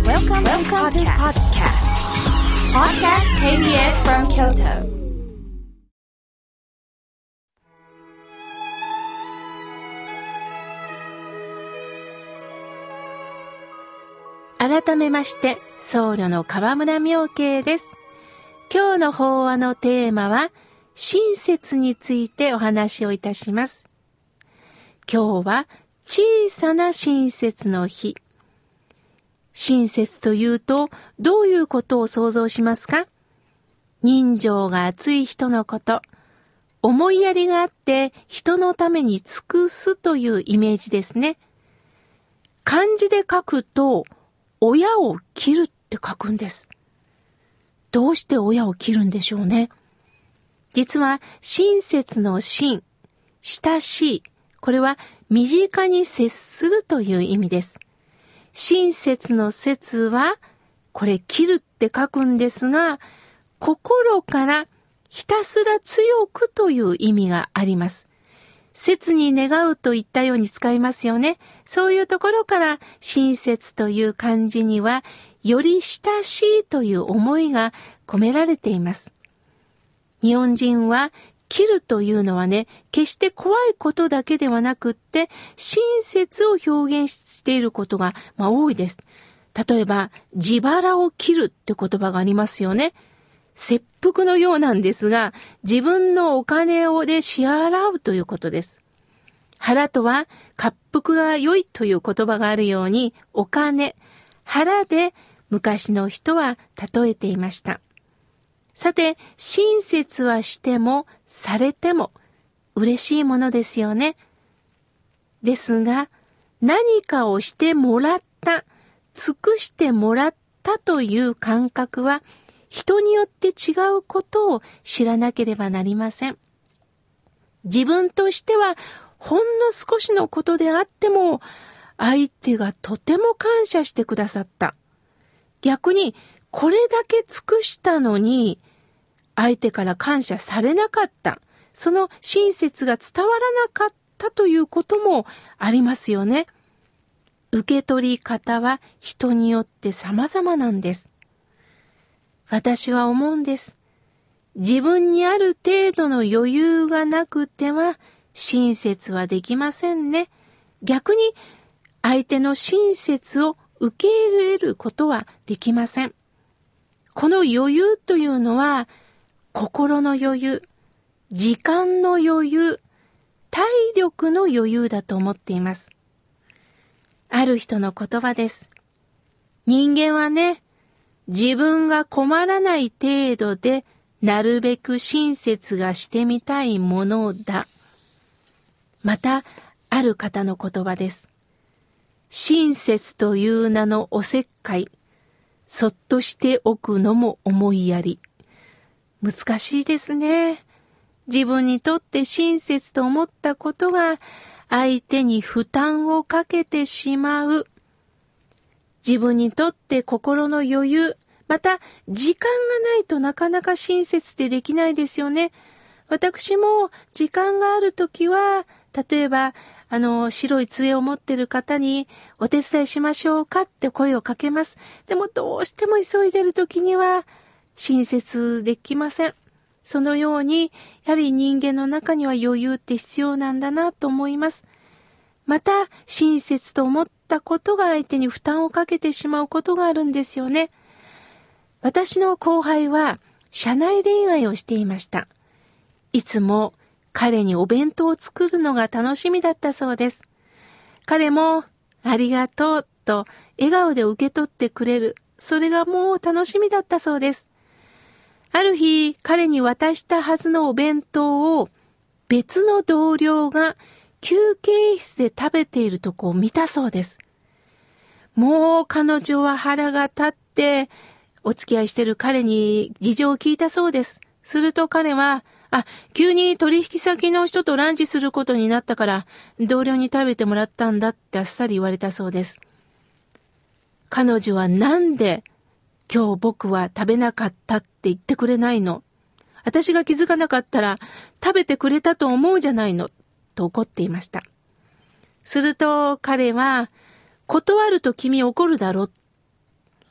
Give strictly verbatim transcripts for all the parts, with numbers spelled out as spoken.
Welcome, Welcome to podcast. Podcast ケービーエス from Kyoto. 改めまして、僧侶の河村妙慶です。今日の法話のテーマは、親切についてお話をいたします。今日は、小さな親切の日。親切というと、どういうことを想像しますか？人情が厚い人のこと、思いやりがあって人のために尽くすというイメージですね。漢字で書くと、親を切るって書くんです。どうして親を切るんでしょうね。実は親切の親、親しい、これは身近に接するという意味です。親切の切は、これ切るって書くんですが、心からひたすら強くという意味があります。切に願うといったように使いますよね。そういうところから親切という漢字にはより親しいという思いが込められています。日本人は切るというのはね、決して怖いことだけではなくって親切を表現していることが、まあ、多いです。例えば自腹を切るって言葉がありますよね。切腹のようなんですが、自分のお金をで支払うということです。腹とは、滑腹が良いという言葉があるように、お金、腹で昔の人は例えていました。さて、親切はしても、されても、嬉しいものですよね。ですが、何かをしてもらった、尽くしてもらったという感覚は、人によって違うことを知らなければなりません。自分としてはほんの少しのことであっても相手がとても感謝してくださった。逆にこれだけ尽くしたのに相手から感謝されなかった。その親切が伝わらなかったということもありますよね。受け取り方は人によって様々なんです。私は思うんです。自分にある程度の余裕がなくては親切はできませんね。逆に相手の親切を受け入れることはできません。この余裕というのは心の余裕、時間の余裕、体力の余裕だと思っています。ある人の言葉です。人間はね、自分が困らない程度でなるべく親切がしてみたいものだ。また、ある方の言葉です。親切という名のおせっかい、そっとしておくのも思いやり。難しいですね。自分にとって親切と思ったことが相手に負担をかけてしまう。自分にとって心の余裕、また時間がないとなかなか親切でできないですよね。私も時間があるときは、例えばあの白い杖を持っている方にお手伝いしましょうかって声をかけます。でもどうしても急いでいるときには親切できません。そのようにやはり人間の中には余裕って必要なんだなと思います。また親切と思ったことが相手に負担をかけてしまうことがあるんですよね。私の後輩は社内恋愛をしていました。いつも彼にお弁当を作るのが楽しみだったそうです。彼もありがとうと笑顔で受け取ってくれる。それがもう楽しみだったそうです。ある日、彼に渡したはずのお弁当を別の同僚が休憩室で食べているとこを見たそうです。もう彼女は腹が立ってお付き合いしている彼に事情を聞いたそうです。すると彼は、あ、急に取引先の人とランチすることになったから同僚に食べてもらったんだってあっさり言われたそうです。彼女はなんで今日僕は食べなかったって言ってくれないの？私が気づかなかったら食べてくれたと思うじゃないのと怒っていました。すると彼は、断ると君怒るだろ。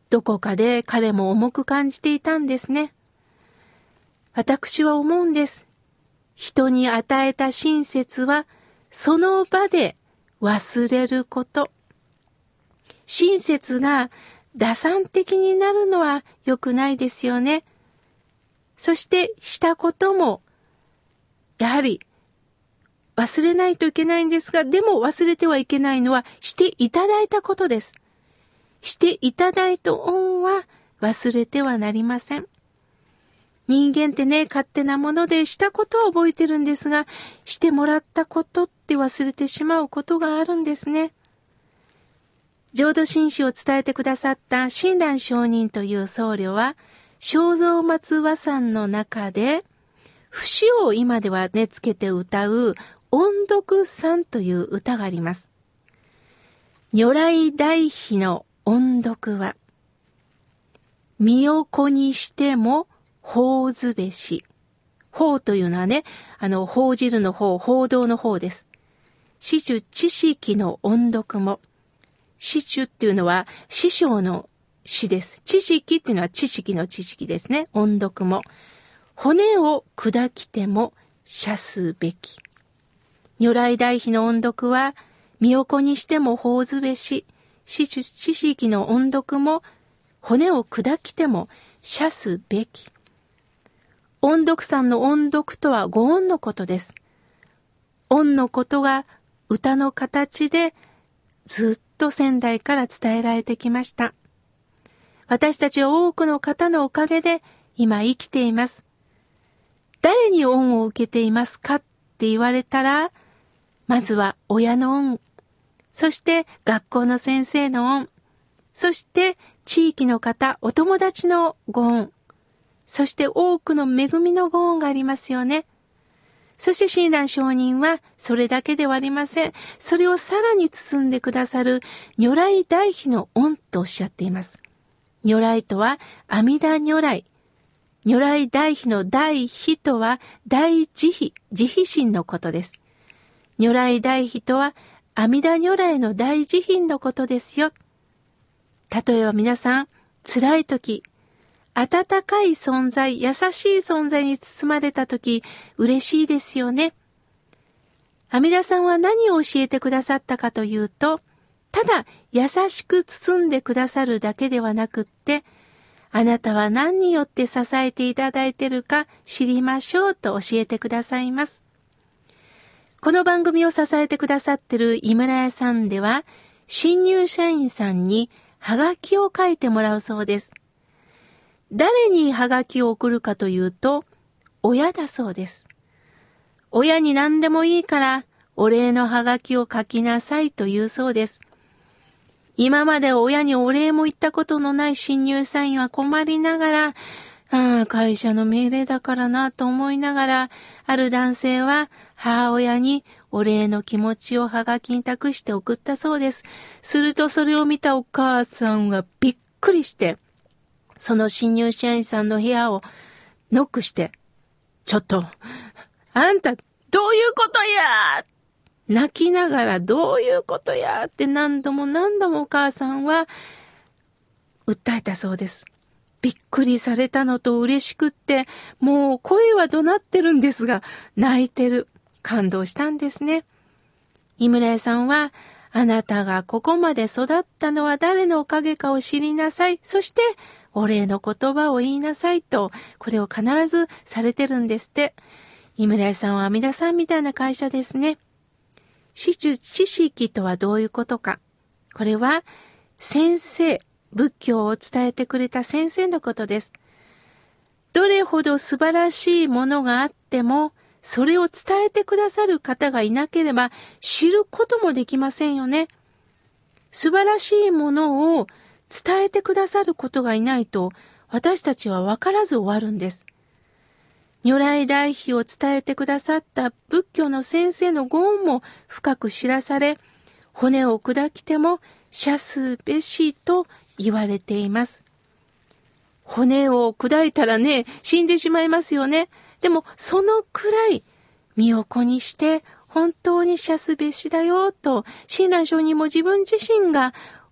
どこかで彼も重く感じていたんですね。私は思うんです。人に与えた親切はその場で忘れること。親切が打算的になるのは良くないですよね。そしてしたこともやはり忘れないといけないんですが、でも忘れてはいけないのはしていただいたことです。していただいた恩は忘れてはなりません。人間ってね、勝手なものでしたことは覚えてるんですが、してもらったことって忘れてしまうことがあるんですね。浄土真宗を伝えてくださった親鸞上人という僧侶は、正蔵松和山の中で、節を今ではね、つけて歌う音読山という歌があります。如来大悲の音読は、身を粉にしても報ずべし。報というのはね、あの、報じるの報、報道の報です。師主知識の音読も、師主っていうのは師匠の師です。知識っていうのは知識の知識ですね。音読も。骨を砕きても射すべき。如来大悲の音読は、身を粉にしても報ずべし。師主知識の音読も、骨を砕きても射すべき。音読山の音読とは五音のことです。音のことが歌の形でずっと先代から伝えられてきました。私たちは多くの方のおかげで今生きています。誰に恩を受けていますかって言われたら、まずは親の恩、そして学校の先生の恩、そして地域の方、お友達のご恩、そして多くの恵みのご恩がありますよね。そして親鸞上人はそれだけではありません。それをさらに包んでくださる如来大悲の恩とおっしゃっています。如来とは阿弥陀如来。如来大悲の大悲とは大慈悲、慈悲心のことです。如来大悲とは阿弥陀如来の大慈悲のことですよ。例えば皆さん、辛い時、温かい存在、優しい存在に包まれたとき、嬉しいですよね。阿弥陀さんは何を教えてくださったかというと、ただ優しく包んでくださるだけではなくって、あなたは何によって支えていただいているか知りましょうと教えてくださいます。この番組を支えてくださっている井村屋さんでは、新入社員さんにハガキを書いてもらうそうです。誰にハガキを送るかというと、親だそうです。親に何でもいいからお礼のハガキを書きなさいというそうです。今まで親にお礼も言ったことのない新入社員は困りながら、ああ、会社の命令だからなと思いながら、ある男性は母親にお礼の気持ちをハガキに託して送ったそうです。するとそれを見たお母さんはびっくりして、その新入社員さんの部屋をノックして、ちょっと、あんたどういうことや泣きながらどういうことやって何度も何度もお母さんは訴えたそうです。びっくりされたのと嬉しくって、もう声は怒鳴ってるんですが、泣いてる。感動したんですね。井村屋さんは、あなたがここまで育ったのは誰のおかげかを知りなさい。そして、お礼の言葉を言いなさいと、これを必ずされてるんですって。井村屋さんは阿弥陀さんみたいな会社ですね。師主知識とはどういうことか。これは先生、仏教を伝えてくれた先生のことです。どれほど素晴らしいものがあっても、それを伝えてくださる方がいなければ知ることもできませんよね。素晴らしいものを伝えてくださることがいないと、私たちは分からず終わるんです。如来大悲を伝えてくださった仏教の先生のご恩も深く知らされ、骨を砕きても射すべしと言われています。骨を砕いたらね、死んでしまいますよね。でもそのくらい身を粉にして本当に射すべしだよと、親鸞上人も自分自身が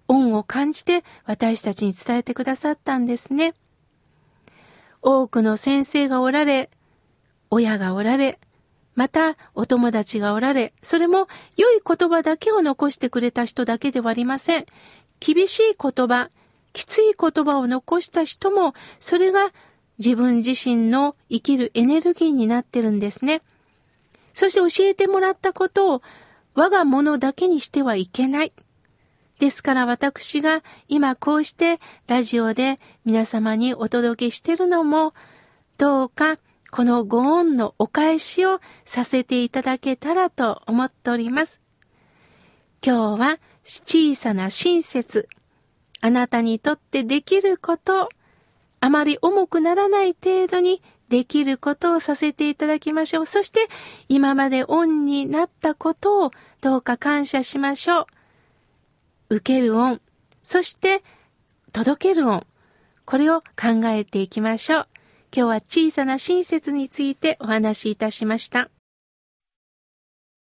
恩を感じて私たちに伝えてくださったんですね。多くの先生がおられ、親がおられ、またお友達がおられ、それも良い言葉だけを残してくれた人だけではありません。厳しい言葉、きつい言葉を残した人も、それが自分自身の生きるエネルギーになってるんですね。そして教えてもらったことを我が物だけにしてはいけない。ですから私が今こうしてラジオで皆様にお届けしているのも、どうかこのご恩のお返しをさせていただけたらと思っております。今日は小さな親切、あなたにとってできること、あまり重くならない程度にできることをさせていただきましょう。そして今まで恩になったことをどうか感謝しましょう。受ける恩、そして届ける恩、これを考えていきましょう。今日は小さな親切についてお話しいたしました。